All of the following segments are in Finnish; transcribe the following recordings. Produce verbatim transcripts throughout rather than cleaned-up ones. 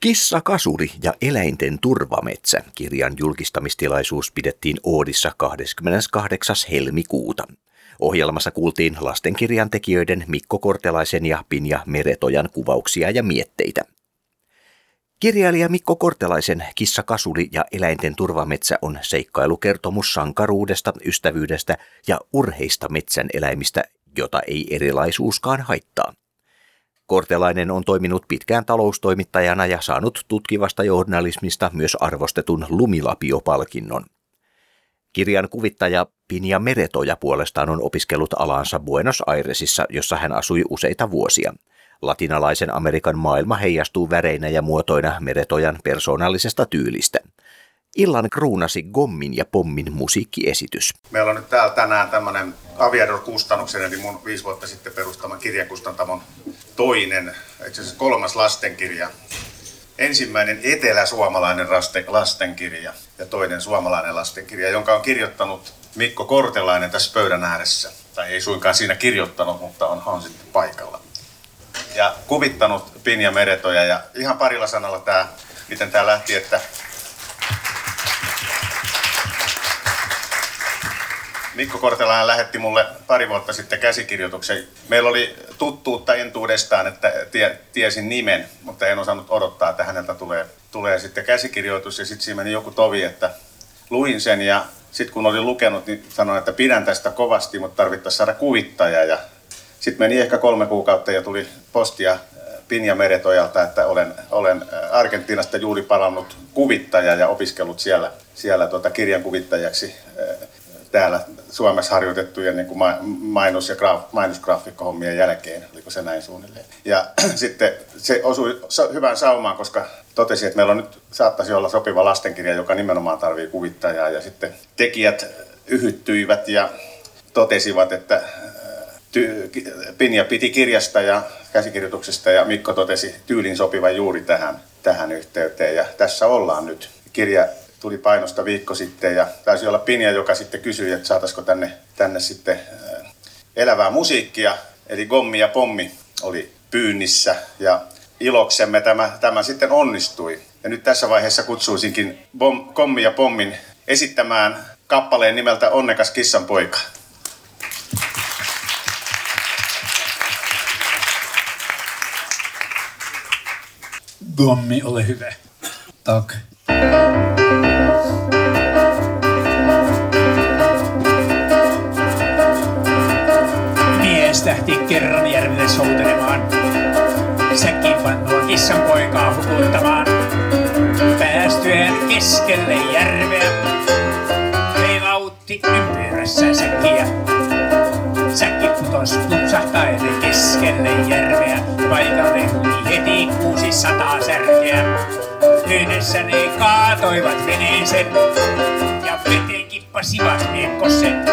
Kissa Kasuri ja eläinten turvametsä -kirjan julkistamistilaisuus pidettiin Oodissa kahdeskymmeneskahdeksas helmikuuta. Ohjelmassa kuultiin lastenkirjan tekijöiden Mikko Kortelaisen ja Pinja Meretojan kuvauksia ja mietteitä. Kirjailija Mikko Kortelaisen Kissa Kasuri ja eläinten turvametsä on seikkailukertomus sankaruudesta, ystävyydestä ja urheista metsän eläimistä, jota ei erilaisuuskaan haittaa. Kortelainen on toiminut pitkään taloustoimittajana ja saanut tutkivasta journalismista myös arvostetun Lumilapio-palkinnon. Kirjan kuvittaja Pinja Meretoja puolestaan on opiskellut alansa Buenos Airesissa, jossa hän asui useita vuosia. Latinalaisen Amerikan maailma heijastuu väreinä ja muotoina Meretojan persoonallisesta tyylistä. Illan kruunasi Gommin ja Pommin musiikkiesitys. Meillä on nyt täällä tänään tämmöinen Aviador-kustannuksen, eli mun viisi vuotta sitten perustaman kirjankustantamon toinen, itse asiassa kolmas lastenkirja. Ensimmäinen eteläsuomalainen lastenkirja ja toinen suomalainen lastenkirja, jonka on kirjoittanut Mikko Kortelainen tässä pöydän ääressä. Tai ei suinkaan siinä kirjoittanut, mutta on, on sitten paikalla. Ja kuvittanut Pinja Meretoja, ja ihan parilla sanalla tämä, miten tämä lähti, että Mikko Kortelainen lähetti mulle pari vuotta sitten käsikirjoituksen. Meillä oli tuttuutta entuudestaan, että tie, tiesin nimen, mutta en osannut odottaa, että häneltä tulee, tulee sitten käsikirjoitus. Ja sitten siinä meni joku tovi, että luin sen, ja sitten kun olin lukenut, niin sanoin, että pidän tästä kovasti, mutta tarvittaisiin saada kuvittaja. Ja sitten meni ehkä kolme kuukautta ja tuli postia Pinja Meretojalta, että olen, olen Argentiinasta juuri palannut kuvittaja ja opiskellut siellä, siellä tuota kirjan kuvittajaksi täällä Suomessa harjoitettujen niin kuin mainos- ja graaf, mainosgraafikkohommien jälkeen, oliko se näin suunnilleen. Ja sitten se osui hyvään saumaan, koska totesi, että meillä on nyt saattaisi olla sopiva lastenkirja, joka nimenomaan tarvitsee kuvittajaa. Ja sitten tekijät yhyttyivät ja totesivat, että ty- Pinja piti kirjasta ja käsikirjoituksesta, ja Mikko totesi tyylin sopivan juuri tähän, tähän yhteyteen. Ja tässä ollaan nyt. Kirja tuli painosta viikko sitten, ja taisi olla Pinja, joka sitten kysyi, että saataisiko tänne, tänne sitten elävää musiikkia. Eli Gommi ja Pommi oli pyynnissä, ja iloksemme tämä, tämä sitten onnistui. Ja nyt tässä vaiheessa kutsuisinkin Bom, Gommi ja Pommin esittämään kappaleen nimeltä Onnekas kissanpoika. Gommi, ole hyvä. Tack. Mies lähti kerran järvelle soutelemaan. Säkkipantua kissan poikaa hukuttamaan. Päästyään keskelle järveä heilautti ympyrässä säkkiä. Säkki putos tupsahtaen keskelle järveä. Paikalle tuli heti kuusisataa särkeä. Yhdessä ne kaatoivat veneeseen ja veteen kippasivat miekkosen.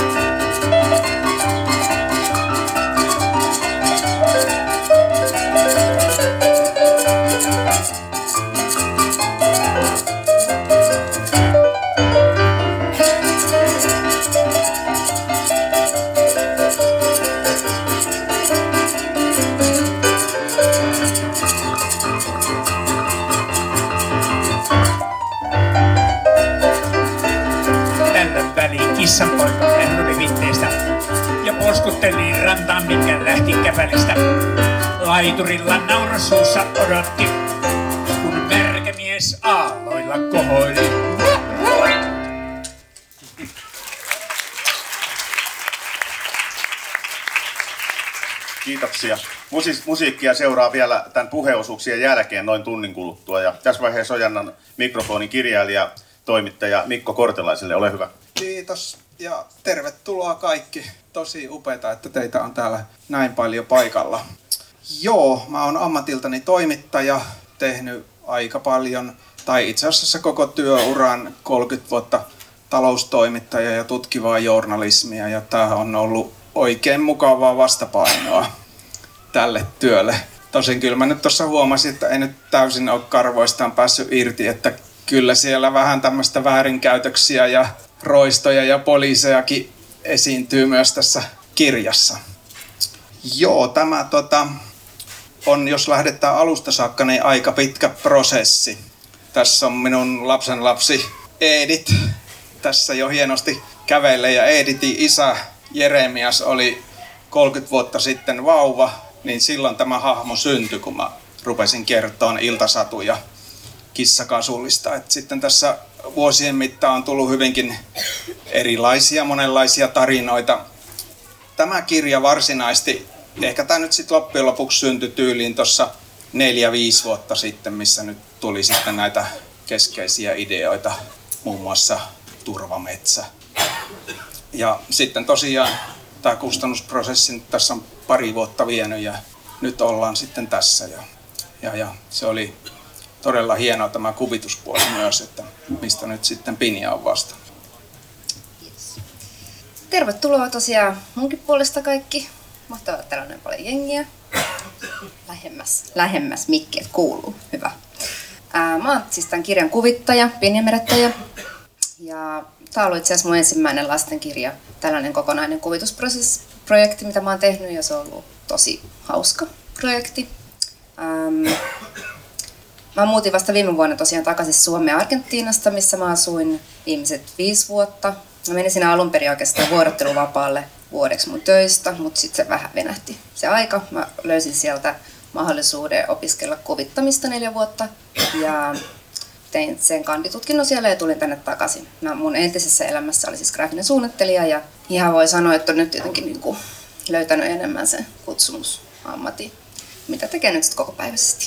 Kissanpoika herrui vitteestä ja poskutteli rantaan, minkä lähti käpälistä. Laiturilla naurasuussa odotti, kun märkä mies aalloilla kohoili. Kiitoksia. Musi- musiikkia seuraa vielä tämän puheosuuksien jälkeen noin tunnin kuluttua. Ja tässä vaiheessa ojannan mikrofonin kirjailija, toimittaja Mikko Kortelaiselle. Ole hyvä. Kiitos ja tervetuloa kaikki. Tosi upeata, että teitä on täällä näin paljon paikalla. Joo, mä oon ammatiltani toimittaja, tehnyt aika paljon, tai itse asiassa koko työuran kolmekymmentä vuotta taloustoimittaja ja tutkivaa journalismia, ja tää on ollut oikein mukavaa vastapainoa tälle työlle. Tosin kyllä mä nyt tuossa huomasin, että ei nyt täysin ole karvoistaan päässyt irti, että kyllä siellä vähän tämmöistä väärinkäytöksiä ja roistoja ja poliisejakin esiintyy myös tässä kirjassa. Joo, tämä tota, on, jos lähdetään alusta saakka, niin aika pitkä prosessi. Tässä on minun lapsenlapsi Edith. Tässä jo hienosti kävelee ja Edithin isä Jeremias oli kolmekymmentä vuotta sitten vauva, niin silloin tämä hahmo syntyi, kun mä rupesin kertomaan iltasatuja kissakasullista. Et sitten tässä vuosien mittaan on tullut hyvinkin erilaisia, monenlaisia tarinoita. Tämä kirja varsinaisesti, ehkä tämä nyt sitten loppujen lopuksi syntyi tyyliin tuossa neljä, viisi vuotta sitten, missä nyt tuli sitten näitä keskeisiä ideoita, muun muassa turvametsä. Ja sitten tosiaan tämä kustannusprosessi nyt tässä on pari vuotta vienyt ja nyt ollaan sitten tässä. Ja, ja, ja se oli todella hienoa tämä kuvituspuoli myös, että mistä nyt sitten Pinja on vasta. Tervetuloa tosiaan munkin puolesta kaikki. Mahtavaa, että täällä on näin paljon jengiä. Lähemmäs, lähemmäs mikki, kuuluu. Hyvä. Ää, mä oon siis tämän kirjan kuvittaja, Pinja-merettäjä. Ja tää on ollut itse asiassa mun ensimmäinen lastenkirja, tällainen kokonainen kuvitusprojekti, mitä mä oon tehnyt, ja se on ollut tosi hauska projekti. Ähm, mä muutin vasta viime vuonna tosiaan takaisin Suomeen Argentiinasta, missä mä asuin viimeiset viisi vuotta. Mä menin siinä alun perin oikeastaan vuorotteluvapaalle vuodeksi mun töistä, mutta sitten se vähän venähti se aika. Mä löysin sieltä mahdollisuuden opiskella kuvittamista neljä vuotta ja tein sen kanditutkinnon siellä ja tulin tänne takaisin. Mä mun entisessä elämässä oli siis graafinen suunnittelija ja ihan voi sanoa, että on nyt jotenkin niin kuin löytänyt enemmän sen kutsumusammatin, mitä tekee nyt sitten kokopäiväisesti.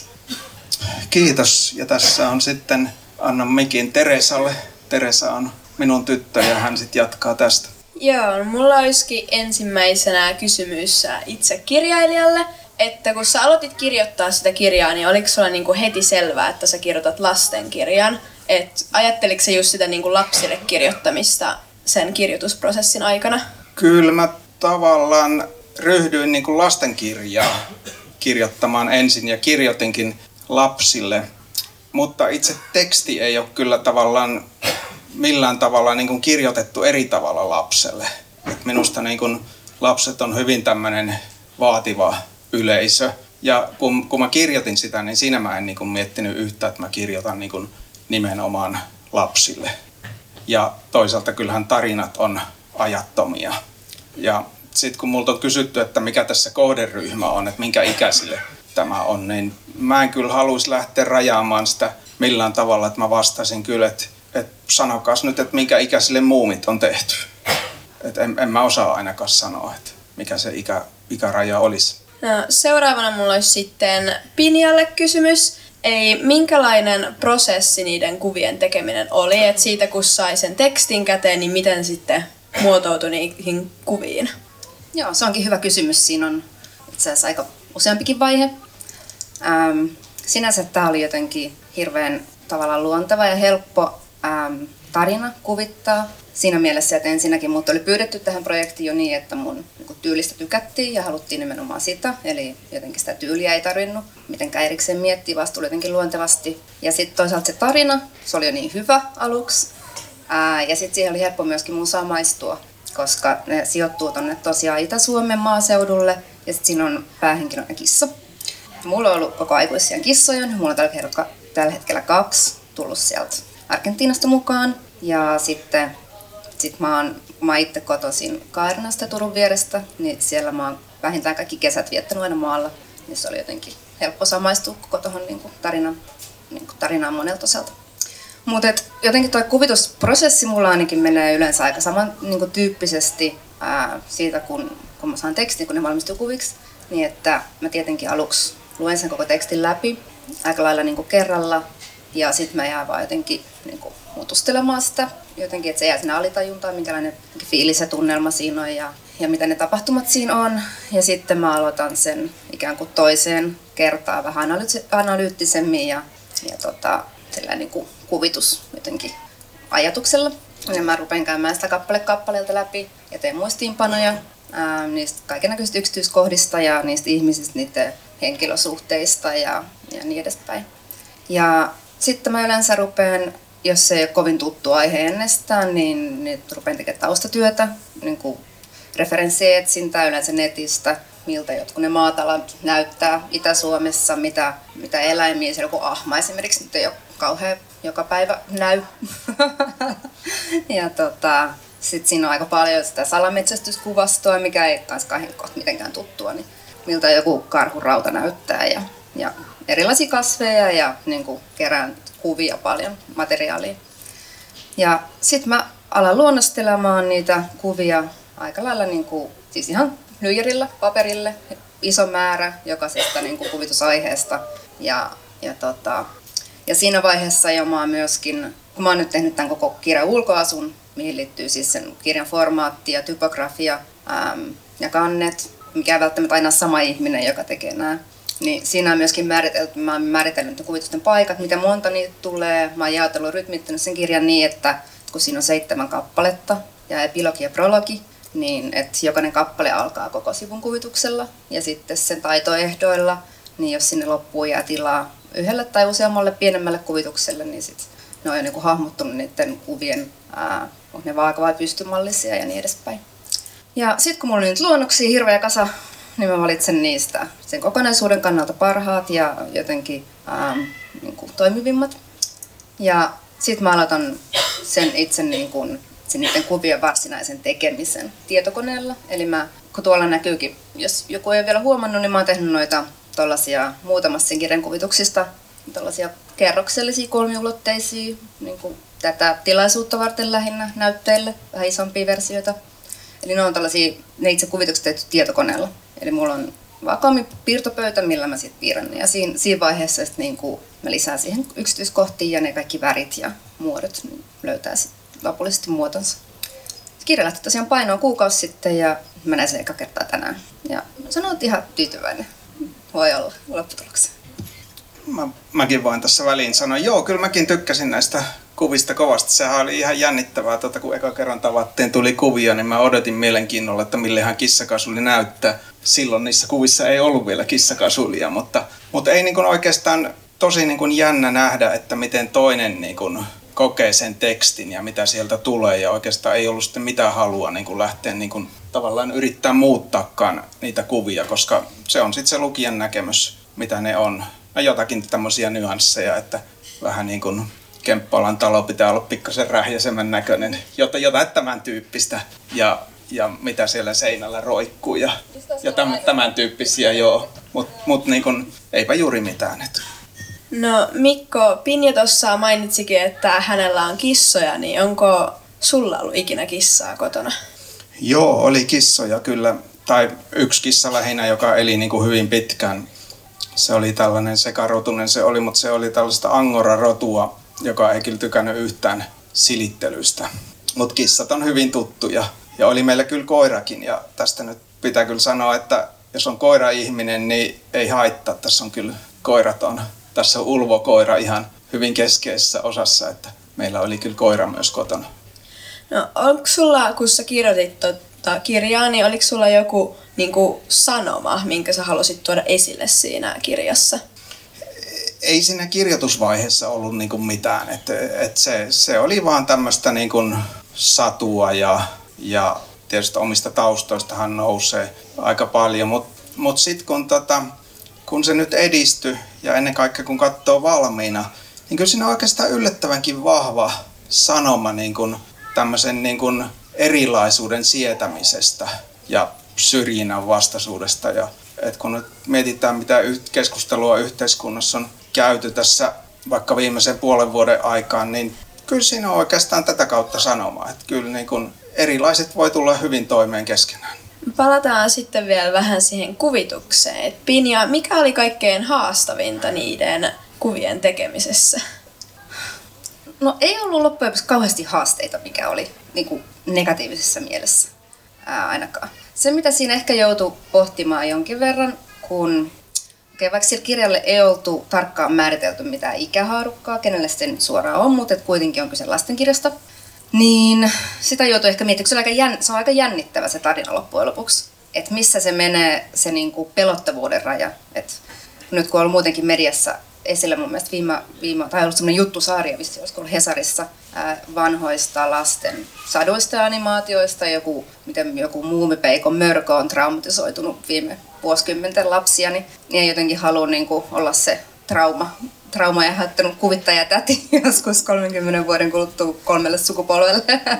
Kiitos. Ja tässä on sitten, annan mikin Teresalle. Teresa on minun tyttö ja hän sitten jatkaa tästä. Joo, no mulla olisikin ensimmäisenä kysymys itse kirjailijalle, että kun sä aloitit kirjoittaa sitä kirjaa, niin oliko sulla niinku heti selvää, että sä kirjoitat lastenkirjan? Et ajatteliko sä just sitä niinku lapsille kirjoittamista sen kirjoitusprosessin aikana? Kyllä mä tavallaan ryhdyin niinku lastenkirjaa kirjoittamaan ensin ja kirjoitinkin lapsille, mutta itse teksti ei ole kyllä tavallaan millään tavalla niin kuin kirjoitettu eri tavalla lapselle. Et minusta niin kuin lapset on hyvin tämmöinen vaativa yleisö. Ja kun, kun mä kirjoitin sitä, niin siinä mä en niin kuin miettinyt yhtään, että mä kirjoitan niin kuin nimenomaan lapsille. Ja toisaalta kyllähän tarinat on ajattomia. Ja sitten kun multa on kysytty, että mikä tässä kohderyhmä on, että minkä ikäisille tämä on, niin mä en kyllä haluaisi lähteä rajaamaan sitä millään tavalla, että mä vastasin kyllä, että et sanokaas nyt, että minkä ikäisille muumit on tehty. Et en, en mä osaa ainakaan sanoa, että mikä se ikä, ikäraja olisi. No, seuraavana mulla olisi sitten Pinjalle kysymys. Ei, minkälainen prosessi niiden kuvien tekeminen oli? Et siitä kun sai sen tekstin käteen, niin miten sitten muotoutui niihin kuviin? Joo, se onkin hyvä kysymys. Siinä on itse asiassa aika useampikin vaihe. Ähm, sinänsä tämä oli jotenkin hirveän tavallaan luonteva ja helppo ähm, tarina kuvittaa. Siinä mielessä, että ensinnäkin mut oli pyydetty tähän projektiin jo niin, että mun niin kuin tyylistä tykättiin ja haluttiin nimenomaan sitä. Eli jotenkin sitä tyyliä ei tarvinnut mitenkään erikseen miettiä, vaan tuli jotenkin luontevasti. Ja sitten toisaalta se tarina, se oli jo niin hyvä aluksi. Ää, ja sitten siihen oli helppo myöskin mun samaistua, koska ne sijoittuu tonne tosiaan Itä-Suomen maaseudulle. Ja sitten siinä on päähenkilönä kissa. Mulla on ollut koko aikuisia kissoja, mulla on tällä, tällä hetkellä kaksi tullut sieltä Argentiinasta mukaan. Ja sitten sit mä oon, mä oon itse kotoisin Kaarinasta Turun vierestä, niin siellä mä oon vähintään kaikki kesät viettänyt aina maalla. Niin se oli jotenkin helppo samaistua koko tohon niin kuin tarinan, niin kuin tarinaan monelta osalta. Mutta jotenkin tuo kuvitusprosessi mulla ainakin menee yleensä aika saman niin kuin tyyppisesti ää, siitä, kun, kun mä saan tekstin, kun ne valmistuu kuviksi. Niin että mä tietenkin aluksi luen sen koko tekstin läpi aika lailla niin kuin kerralla. Ja sitten mä jään vaan jotenkin niin kuin muutustelemaan sitä jotenkin, että se jää sinne alitajuntaan, minkälainen fiilis ja tunnelma siinä on ja, ja mitä ne tapahtumat siinä on. Ja sitten mä aloitan sen ikään kuin toiseen kertaan vähän analyyttisemmin ja, ja tota, niin kuin kuvitus jotenkin ajatuksella. Ja mä rupean käymään sitä kappale kappaleelta läpi ja teen muistiinpanoja ää, niistä kaikennäköisistä yksityiskohdista ja niistä ihmisistä, niiden henkilösuhteista ja, ja niin edespäin. Ja sitten mä yleensä rupean, jos se ei ole kovin tuttu aihe ennestään, niin, niin rupean tekemään taustatyötä, niin kuin referenssietsintää yleensä netistä. miltä jotkut ne maatalat näyttää Itä-Suomessa, mitä, mitä eläimiä, siellä kun ahma esimerkiksi nyt ei ole kauhean joka päivä näy. ja tota, sitten siinä on aika paljon sitä salametsästyskuvastoa, mikä ei kans kahden kohta mitenkään tuttua, niin miltä joku karhurauta näyttää ja, ja erilaisia kasveja ja niin kuin kerään kuvia paljon, materiaalia. Ja sitten mä alan luonnostelemaan niitä kuvia aika lailla niin kuin, siis ihan lyijärillä, paperille, iso määrä jokaisesta niin kuin kuvitusaiheesta. Ja, ja, tota, ja siinä vaiheessa jo mä oon myöskin, kun mä oon nyt tehnyt tämän koko kirjan ulkoasun, mihin liittyy siis sen kirjan formaatti ja typografia äm, ja kannet, mikä ei välttämättä aina sama ihminen, joka tekee nämä. Niin siinä on myöskin määritelty, mä oon määritellyt kuvitusten paikat, mitä monta niitä tulee. Mä oon jaotellut rytmittänyt sen kirjan niin, että kun siinä on seitsemän kappaletta ja epilogi ja prologi, niin että jokainen kappale alkaa koko sivun kuvituksella. Ja sitten sen taitoehdoilla, niin jos sinne loppuun jää tilaa yhdelle tai useammalle pienemmälle kuvitukselle, niin sitten ne on jo niin hahmottunut niiden kuvien, ää, onko ne vaaka- vai pystymallisia ja niin edespäin. Ja sitten kun mulla on nyt luonnoksia hirveä kasa, niin mä valitsen niistä sen kokonaisuuden kannalta parhaat ja jotenkin ää, niin kuin toimivimmat. Ja sitten mä aloitan sen itse niin kuin, sen niiden kuvien varsinaisen tekemisen tietokoneella. Eli mä, kun tuolla näkyykin, jos joku ei ole vielä huomannut, niin mä oon tehnyt noita tollasia muutamassa sen kirjan kuvituksista, tollasia kerroksellisia kolmiulotteisia, niin kuin tätä tilaisuutta varten lähinnä näytteille, vähän isompia versioita. Eli ne on tällaisia, ne itse kuvitukset tehty tietokoneella. Eli mulla on vakaammin piirtopöytä, millä mä sitten piirrän. Ja siinä, siinä vaiheessa sit niinku mä lisään siihen yksityiskohtiin ja ne kaikki värit ja muodot niin löytää sitten lopullisesti muotonsa. Kirja lähti tosiaan painoon kuukausi sitten ja mä näin sen eka kertaa tänään. Ja sanoin, että ihan tyytyväinen voi olla lopputulokseen. Mä, mäkin voin tässä väliin sanoa, joo, kyllä mäkin tykkäsin näistä kuvista kovasti. Sehän oli ihan jännittävää, tota, kun eka kerran tavattiin, tuli kuvia, niin mä odotin mielenkiinnolla, että millehän kissakasuli näyttää. Silloin niissä kuvissa ei ollut vielä kissakasulia, mutta, mutta ei niin kuin oikeastaan tosi niin kuin jännä nähdä, että miten toinen niin kuin kokee sen tekstin ja mitä sieltä tulee. Ja oikeastaan ei ollut sitten mitään halua niin kuin lähteä niin kuin tavallaan yrittää muuttaakaan niitä kuvia, koska se on sitten se lukijan näkemys, mitä ne on. No jotakin tämmöisiä nyansseja, että vähän niin kuin Kemppalan talo pitää olla pikkasen rähjäisemmän näköinen, jotta jotain tämän tyyppistä ja, ja mitä siellä seinällä roikkuu ja, ja tämän, tämän tyyppisiä, joo. Mutta mut niin kun, eipä juuri mitään. Et. No Mikko, Pinja tuossa mainitsikin, että hänellä on kissoja, niin onko sulla ollut ikinä kissaa kotona? Joo, oli kissoja kyllä, tai yksi kissa lähinnä, joka eli niin kuin hyvin pitkään. Se oli tällainen sekarotunen se oli, mutta se oli tällaista angora-rotua, joka ei kyllä tykännyt yhtään silittelystä. Mutta kissat on hyvin tuttuja ja oli meillä kyllä koirakin ja tästä nyt pitää kyllä sanoa, että jos on koira-ihminen, niin ei haittaa. Tässä on kyllä koiraton. Tässä on ulvokoira ihan hyvin keskeisessä osassa, että meillä oli kyllä koira myös kotona. No onko sulla, kun sä kirjoitit tuota kirjaa, niin oliko sulla joku niin kuin sanoma, minkä sä halusit tuoda esille siinä kirjassa? Ei siinä kirjoitusvaiheessa ollut niin kuin mitään. Et, et se, se oli vaan tämmöistä niin kuin satua ja, ja tietysti omista taustoistahan nousee aika paljon. Mutta mut sitten kun, tota, kun se nyt edistyi ja ennen kaikkea kun katsoo valmiina, niin kyllä siinä on oikeastaan yllättävänkin vahva sanoma niin kuin tämmöisen niin kuin erilaisuuden sietämisestä ja syrjinnän vastaisuudesta. Ja, et kun nyt mietitään, mitä keskustelua yhteiskunnassa on käyty tässä vaikka viimeisen puolen vuoden aikaan, niin kyllä siinä on oikeastaan tätä kautta sanomaa. Että kyllä niin kuin erilaiset voi tulla hyvin toimeen keskenään. Palataan sitten vielä vähän siihen kuvitukseen. Et Pinja, mikä oli kaikkein haastavinta niiden kuvien tekemisessä? No ei ollut loppujen lopuksi kauheasti haasteita, mikä oli niin kuin negatiivisessa mielessä ää, ainakaan. Se, mitä siinä ehkä joutui pohtimaan jonkin verran, kun okay, vaikka sillä kirjalle ei oltu tarkkaan määritelty mitään ikähaarukkaa, kenelle se nyt suoraan on, mutta kuitenkin on kyse lastenkirjasta, niin sitä joutuu ehkä miettimään, se on aika, jänn, se on aika jännittävä se tarina loppujen lopuksi. Että missä se menee se niinku pelottavuuden raja. Et nyt kun on ollut muutenkin mediassa esillä mun mielestä viime, viime tai ollut semmoinen juttusarja, vissi olisiko ollut Hesarissa, ää, vanhoista lasten saduista ja animaatioista, joku, miten joku muumipeikon mörkö on traumatisoitunut viime vuosikymmenten lapsia, niin, niin jotenkin haluan niin kuin olla se trauma, trauma ja häyttänyt kuvittajatäti joskus kolmenkymmenen vuoden kuluttua kolmelle sukupolvelle.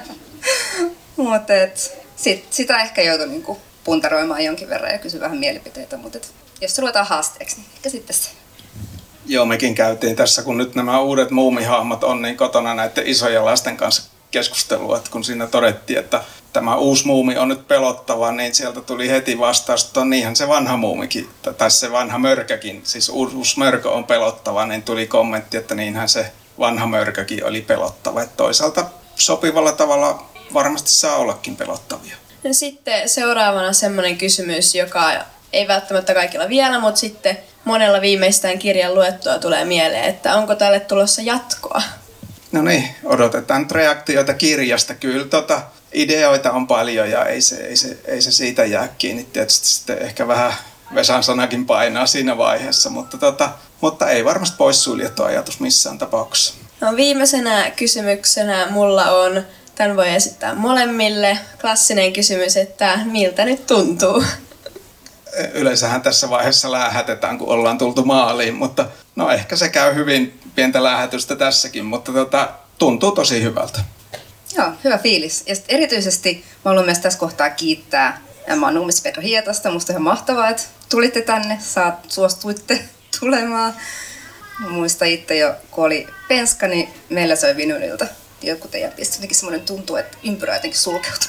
Mutta sit, sitä ehkä joutui niin kuin puntaroimaan jonkin verran ja kysyä vähän mielipiteitä, mutta et, jos se luetaan haasteeksi, niin ehkä sitten se. Joo, mekin käytiin tässä, kun nyt nämä uudet muumihahmot on niin kotona näiden isojen lasten kanssa keskustelua, että kun siinä todettiin, että tämä uusi muumi on nyt pelottava, niin sieltä tuli heti vastaus, että niinhän se vanha muumikin, tai se vanha mörkökin, siis uusi mörkö on pelottava, niin tuli kommentti, että niinhän se vanha mörkökin oli pelottava. Että toisaalta sopivalla tavalla varmasti saa ollakin pelottavia. Ja sitten seuraavana semmoinen kysymys, joka ei välttämättä kaikilla vielä, mutta sitten monella viimeistään kirjan luettua tulee mieleen, että onko tälle tulossa jatkoa? No niin, odotetaan nyt reaktioita kirjasta. Kyllä tota, ideoita on paljon ja ei se, ei, se, ei se siitä jää kiinni. Tietysti sitten ehkä vähän Vesan sanakin painaa siinä vaiheessa, mutta, tota, mutta ei varmasti poissuljettu ajatus missään tapauksessa. No viimeisenä kysymyksenä mulla on, tämän voi esittää molemmille, klassinen kysymys, että miltä nyt tuntuu? Yleensähän tässä vaiheessa läähätetään, kun ollaan tultu maaliin, mutta no ehkä se käy hyvin pientä läähätystä tässäkin, mutta tota, tuntuu tosi hyvältä. Joo, hyvä fiilis. Ja erityisesti mä haluan myös tässä kohtaa kiittää Manu Umis-Pedro Hietasta. Musta ihan mahtavaa, että tulitte tänne, saat, suostuitte tulemaan. Muista itse jo, kun oli penska, niin meillä soi vinyliltä. Joku teidän pisti jotenkin semmoinen tuntuu, että ympyrä jotenkin sulkeutuu.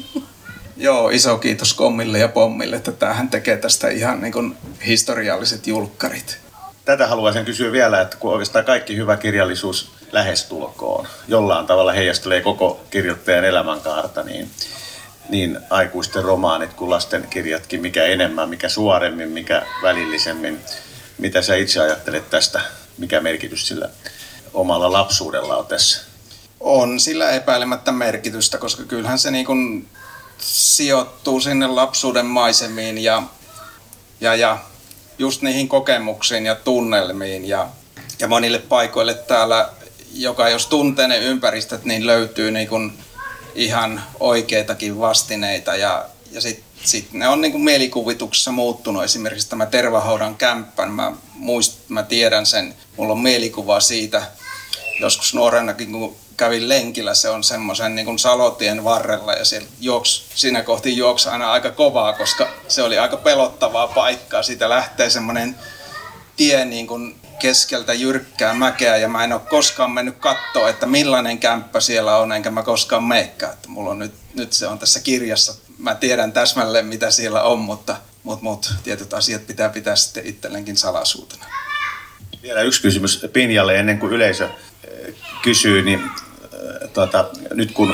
Joo, iso kiitos Kommille ja Pommille, että tämähän tekee tästä ihan niin kuin historialliset julkkarit. Tätä haluaisin kysyä vielä, että kun oikeastaan kaikki hyvä kirjallisuus lähestulkoon jollain tavalla heijastelee koko kirjoittajan elämänkaarta, niin, niin aikuisten romaanit kuin lastenkirjatkin, mikä enemmän, mikä suoremmin, mikä välillisemmin. Mitä sä itse ajattelet tästä, mikä merkitys sillä omalla lapsuudella on tässä? On sillä epäilemättä merkitystä, koska kyllähän se niin kuin sijoittuu sinne lapsuuden maisemiin ja, ja, ja just niihin kokemuksiin ja tunnelmiin ja, ja monille paikoille täällä, joka jos tuntee ne ympäristöt, niin löytyy niin kuin ihan oikeitakin vastineita ja, ja sitten sit ne on niin kuin mielikuvituksessa muuttunut. Esimerkiksi tämä Tervahaudan kämppän, mä, muist, mä tiedän sen, mulla on mielikuva siitä joskus nuorenakin, kun kävin lenkillä, se on semmoisen niin kuin Salotien varrella ja siellä juoks, siinä kohti juoksi aina aika kovaa, koska se oli aika pelottavaa paikkaa. Siitä lähtee semmoinen tie niin kuin keskeltä jyrkkää mäkeä ja mä en ole koskaan mennyt katsoa, että millainen kämppä siellä on, enkä mä koskaan meekään. Että mulla on nyt, nyt se on tässä kirjassa. Mä tiedän täsmälleen, mitä siellä on, mutta mut, mut, tietyt asiat pitää pitää sitten itsellenkin salaisuutena. Vielä yksi kysymys Pinjalle ennen kuin yleisö kysyy, niin Tuota, nyt kun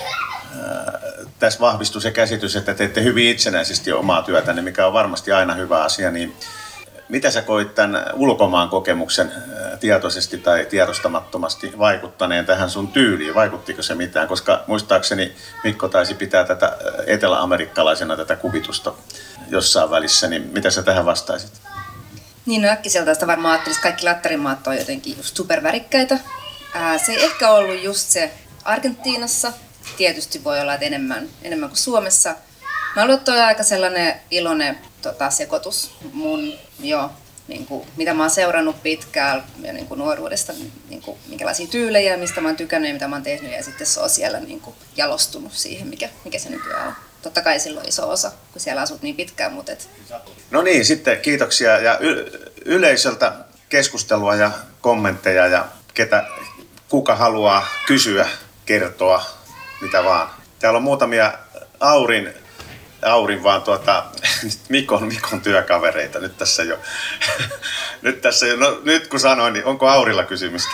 ää, tässä vahvistuu se käsitys, että teette hyvin itsenäisesti omaa työtänne, mikä on varmasti aina hyvä asia, niin mitä sä koit tämän ulkomaan kokemuksen ää, tietoisesti tai tiedostamattomasti vaikuttaneen tähän sun tyyliin? Vaikuttiko se mitään? Koska muistaakseni Mikko taisi pitää tätä eteläamerikkalaisena tätä kuvitusta jossain välissä, niin mitä sä tähän vastaisit? Niin, no äkkiseltä sitä varmaan ajattelisi, että kaikki lattarimaat on jotenkin just supervärikkäitä. Ää, se ei ehkä ollut just se Argentiinassa. Tietysti voi olla, että enemmän, enemmän kuin Suomessa. Mä luulen, että toi on aika sellainen iloinen tota, sekoitus mun, jo, niin kuin, mitä mä oon seurannut pitkään ja niin kuin nuoruudesta, niin kuin, minkälaisia tyylejä, mistä mä oon tykännyt ja mitä mä oon tehnyt. Ja sitten se on siellä niin kuin, jalostunut siihen, mikä, mikä se nykyään on. Totta kai silloin iso osa, kun siellä asut niin pitkään. Mutta et... No niin, sitten kiitoksia ja y- yleisöltä keskustelua ja kommentteja ja ketä... Kuka haluaa kysyä, kertoa, mitä vaan. Täällä on muutamia Aurin, Aurin vaan tuota, Mikon, Mikon työkavereita nyt tässä jo. nyt, tässä jo no, nyt kun sanoin, niin onko Aurilla kysymystä?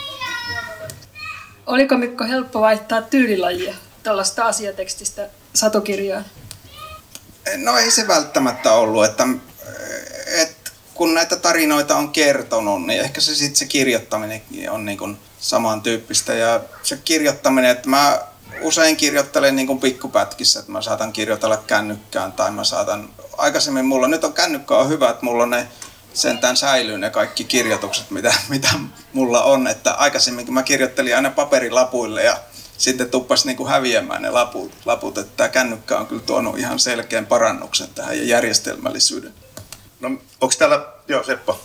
Oliko Mikko helppo vaihtaa tyylilajia tällaista asiatekstistä satokirjaan? No ei se välttämättä ollut, että, että kun näitä tarinoita on kertonut, niin ehkä se sitten se kirjoittaminen on niin kuin samantyyppistä ja se kirjoittaminen, että mä usein kirjoittelen niin kuin pikkupätkissä, että mä saatan kirjoitella kännykkään tai mä saatan, aikaisemmin mulla, nyt on kännykkä on hyvä, että mulla on ne sentään säilyy ne kaikki kirjoitukset, mitä, mitä mulla on, että aikaisemmin mä kirjoittelin aina paperilapuille ja sitten tuppas niin kuin häviämään ne laput, laput. Että tämä kännykkä on kyllä tuonut ihan selkeän parannuksen tähän ja järjestelmällisyyden. No onko täällä, joo Seppo?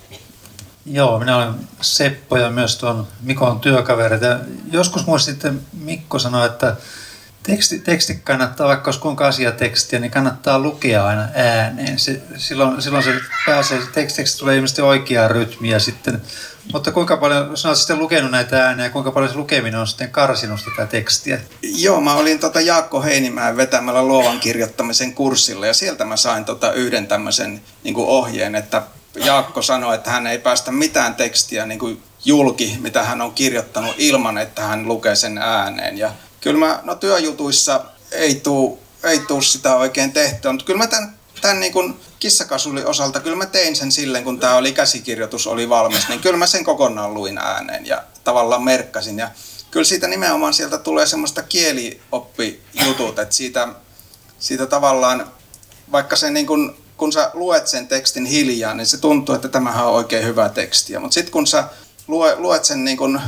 Joo, minä olen Seppo ja myös tuon Mikon työkaverit. Ja joskus muista sitten Mikko sanoi, että teksti, teksti kannattaa, vaikka olisi kuinka asiatekstiä, niin kannattaa lukea aina ääneen. Se, silloin, silloin se pääsee, se tekstiksi tulee ilmeisesti oikeaa rytmiä sitten. Mutta kuinka paljon, jos olet sitten lukenut näitä ääniä, kuinka paljon se lukeminen on sitten karsinut tätä tekstiä? Joo, mä olin tota Jaakko Heinimäen vetämällä luovan kirjoittamisen kurssilla ja sieltä mä sain tota yhden tämmöisen niin kuin ohjeen, että Jaakko sanoi, että hän ei päästä mitään tekstiä niin kuin julki, mitä hän on kirjoittanut ilman, että hän lukee sen ääneen. Ja kyllä mä, no työjutuissa ei tuu, ei tuu sitä oikein tehtyä, mutta kyllä mä tämän, tämän niin kuin kissakasulin osalta, kyllä mä tein sen silleen, kun tämä oli käsikirjoitus, oli valmis, niin kyllä mä sen kokonaan luin ääneen ja tavallaan merkkasin. Ja kyllä siitä nimenomaan sieltä tulee semmoista kielioppijutut, että siitä, siitä tavallaan, vaikka se niin kuin, kun sä luet sen tekstin hiljaa, niin se tuntuu, että tämähän on oikein hyvä tekstiä. Mutta sitten kun sä luet sen niin kuin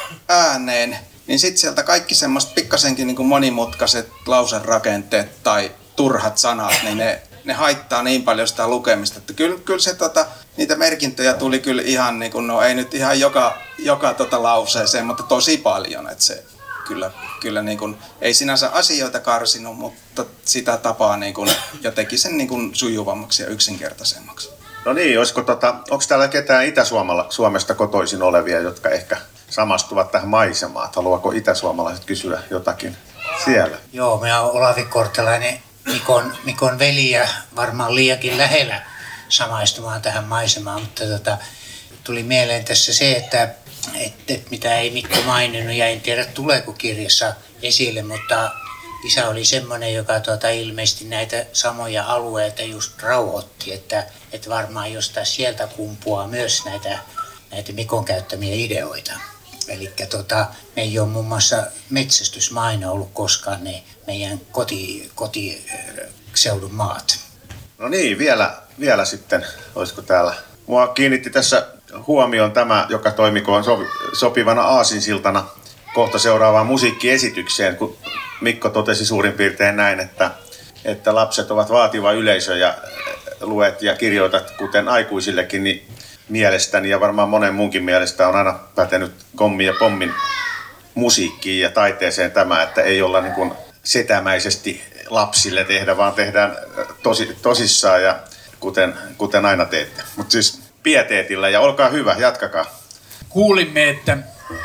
ääneen, niin sitten sieltä kaikki semmoista pikkasenkin niin kuin monimutkaiset lauserakenteet tai turhat sanat, niin ne, ne haittaa niin paljon sitä lukemista. Että kyllä, kyllä se, tota, niitä merkintöjä tuli kyllä ihan, niin kuin, no ei nyt ihan joka, joka tota lauseeseen, mutta tosi paljon. Että se kyllä, kyllä niin kuin, ei sinänsä asioita karsinut, mutta sitä tapaa niin kuin, ja teki sen niin kuin sujuvammaksi ja yksinkertaisemmaksi. No niin, olisiko tota, onko täällä ketään Itä-Suomesta kotoisin olevia, jotka ehkä samastuvat tähän maisemaan? Haluaako itäsuomalaiset kysyä jotakin siellä? Joo, minä olen Olavi Kortelainen, Mikon, Mikon veli ja varmaan liiankin lähellä samaistumaan tähän maisemaan, mutta tota, tuli mieleen tässä se, että et, et, mitä ei Mikko maininnut ja en tiedä tuleeko kirjassa esille, mutta isä oli semmoinen, joka tuota, ilmeisesti näitä samoja alueita just rauhoitti, että, että varmaan jostain sieltä kumpuaa myös näitä, näitä Mikon käyttämiä ideoita. Eli tota, me ei ole muun muassa metsästysmaina ollut koskaan ne meidän koti, kotiseudun maat. No niin, vielä, vielä sitten, olisiko täällä. Mua kiinnitti tässä huomioon tämä, joka toimikoon sopivana aasinsiltana kohta seuraavaan musiikkiesitykseen, kun Mikko totesi suurin piirtein näin, että, että lapset ovat vaativa yleisö ja luet ja kirjoitat, kuten aikuisillekin, niin mielestäni ja varmaan monen muunkin mielestä on aina pätenyt kommin ja pommin musiikkiin ja taiteeseen tämä, että ei olla niin kuin setämäisesti lapsille tehdä, vaan tehdään tosi, tosissaan ja kuten, kuten aina teette. Mutta siis pieteetillä ja olkaa hyvä, jatkakaa. Kuulimme, että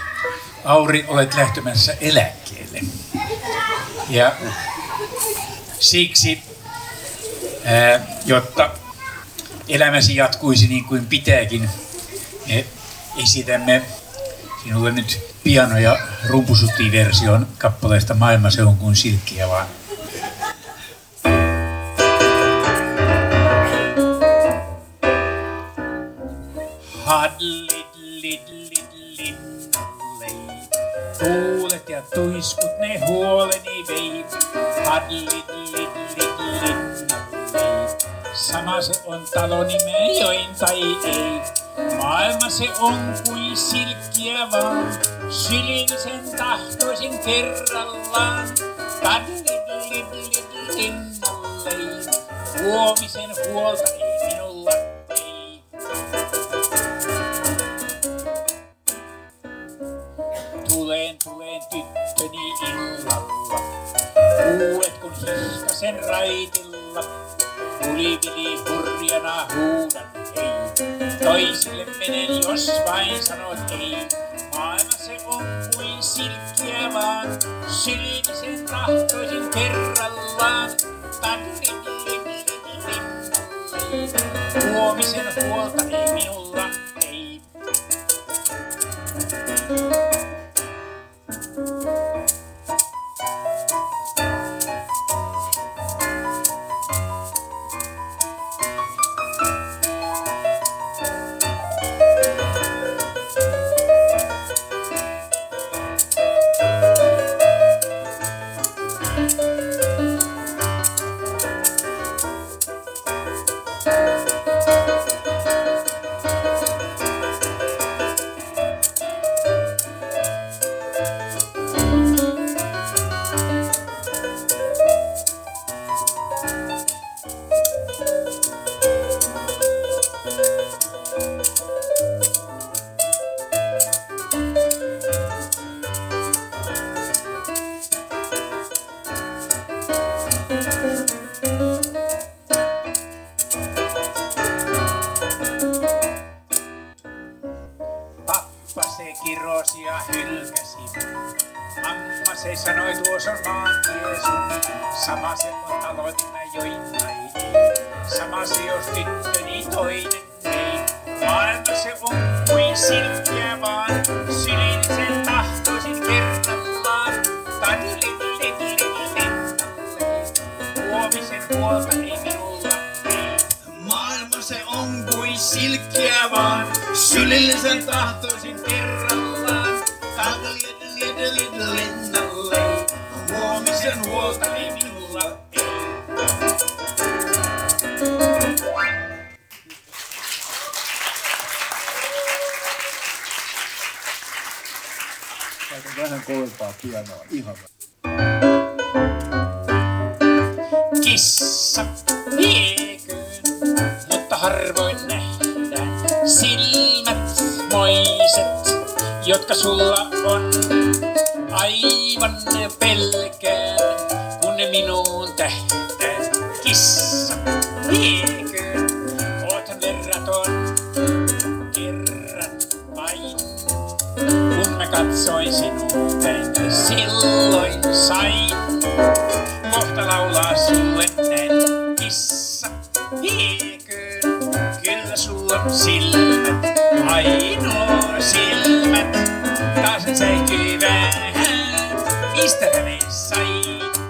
Auri, olet lähtemässä eläkkeelle. Ja siksi, ää, jotta elämäsi jatkuisi niin kuin pitääkin, me esitämme sinulle nyt piano- ja rumpusuttiversion kappaleesta Maailma se on kuin silkkiä vaan. Tuulet ja tuiskut ne huoleni vei, hadlit lit lit linnallei. Sama se on taloni me join tai ei, maailma se on kuin silkkiä vaan, sylin sen tahtoisin kerrallaan. Hadlit lit lit linnallei, huomisen huolta ei minulla ei. Tuleen, tuleen tyttöni illalla, kuulet kun hiihkasen raitilla, ulivili hurjana huudan hei, toisille menen jos vain sanot ei. Maailma se on kuin silkkiä vaan, sylimisen tahtoisin kerrallaan. Huomisen huolta ei minulla ei. Pappa se kirosi ja hylkäsi. Mamma se sanoi, tuossa on maantie sun. Sama se on talo, niin mä join tai ei. Sama se jos tyttöni toinen ei. Maailma se on kuin silkkiä vaan. Sylin tahtoisin kerrallaan. Tadlidlidlidlinnalle. Huomisen huolta ei minulla ei. Maailma se on kuin silkkiä vaan. Sylillisen tahtoisin kerrallaan. Tadlidlidlinnalle. Huomisen huolta ei minulla ei. Vähän kovempaa pianoa, ihan vähän. Kissa vieköön, mutta harvoin nähdään silmät moiset, jotka sulla on. Aivan pelkään, kun ne minuun tähtää. Kissa vieköön, oothan verraton kerran vain. Kun mä katsoin sinuuteen, silloin sain kohta laulaa sulle näin. Kissa vieköön, kyllä sulla on silmät, ainoa silmät. Taas ne säikyy vähän, mistä ne sai?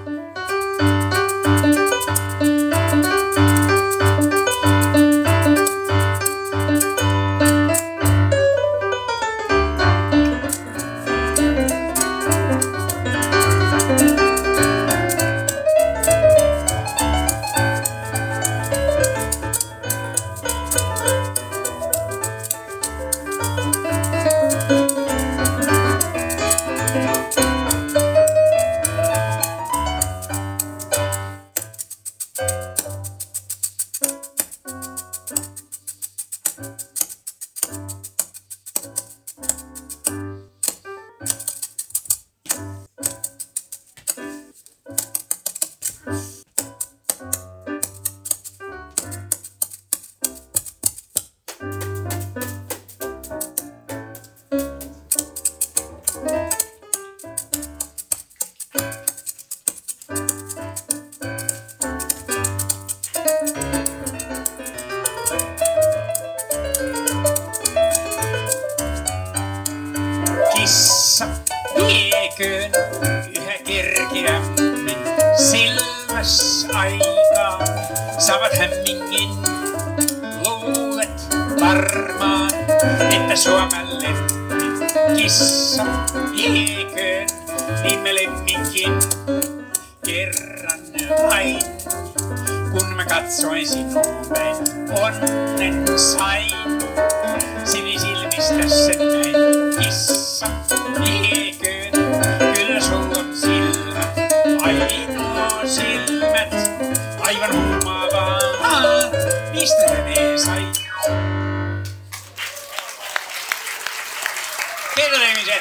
Kissa vieköön yhä kerkeämmin silmäs aikaa. Saavat hämmingin, luulet varmaan, että Suomelle kissa vieköön. Niin me lemminkin kerran vain, kun mä katsoin sinulle onnen sain. Sinisilmistä sen näin. Kissa vieköön, kyllä sulla on silmät, ainoa silmät, aivan huumaavaa, mistä ne sai? Kiitos ihmiset!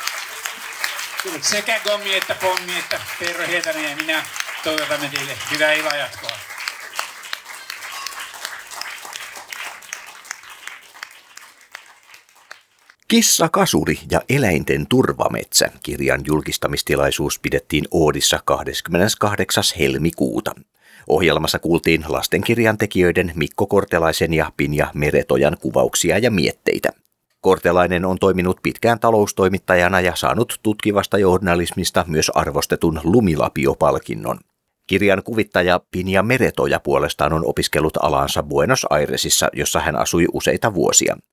Sekä Gommi että Pommi että Peero Hietanen ja minä toivotamme teille hyvää illanjatkoa. Kissa Kasuri ja eläinten turvametsä -kirjan julkistamistilaisuus pidettiin Oodissa kahdeskymmeneskahdeksas helmikuuta. Ohjelmassa kuultiin lastenkirjan tekijöiden Mikko Kortelaisen ja Pinja Meretojan kuvauksia ja mietteitä. Kortelainen on toiminut pitkään taloustoimittajana ja saanut tutkivasta journalismista myös arvostetun Lumilapio-palkinnon. Kirjan kuvittaja Pinja Meretoja puolestaan on opiskellut alansa Buenos Airesissa, jossa hän asui useita vuosia.